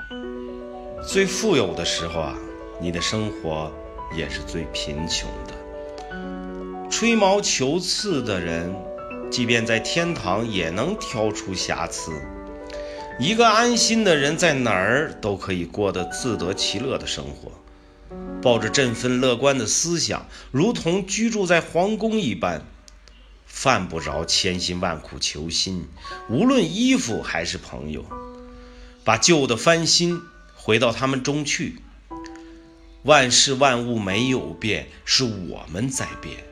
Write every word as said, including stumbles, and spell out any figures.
最富有的时候啊，你的生活也是最贫穷的。吹毛求疵的人，即便在天堂也能挑出瑕疵。一个安心的人，在哪儿都可以过得自得其乐的生活，抱着振奋乐观的思想，如同居住在皇宫一般，犯不着千辛万苦求新，无论衣服还是朋友，把旧的翻新，回到他们中去。万事万物没有变，是我们在变。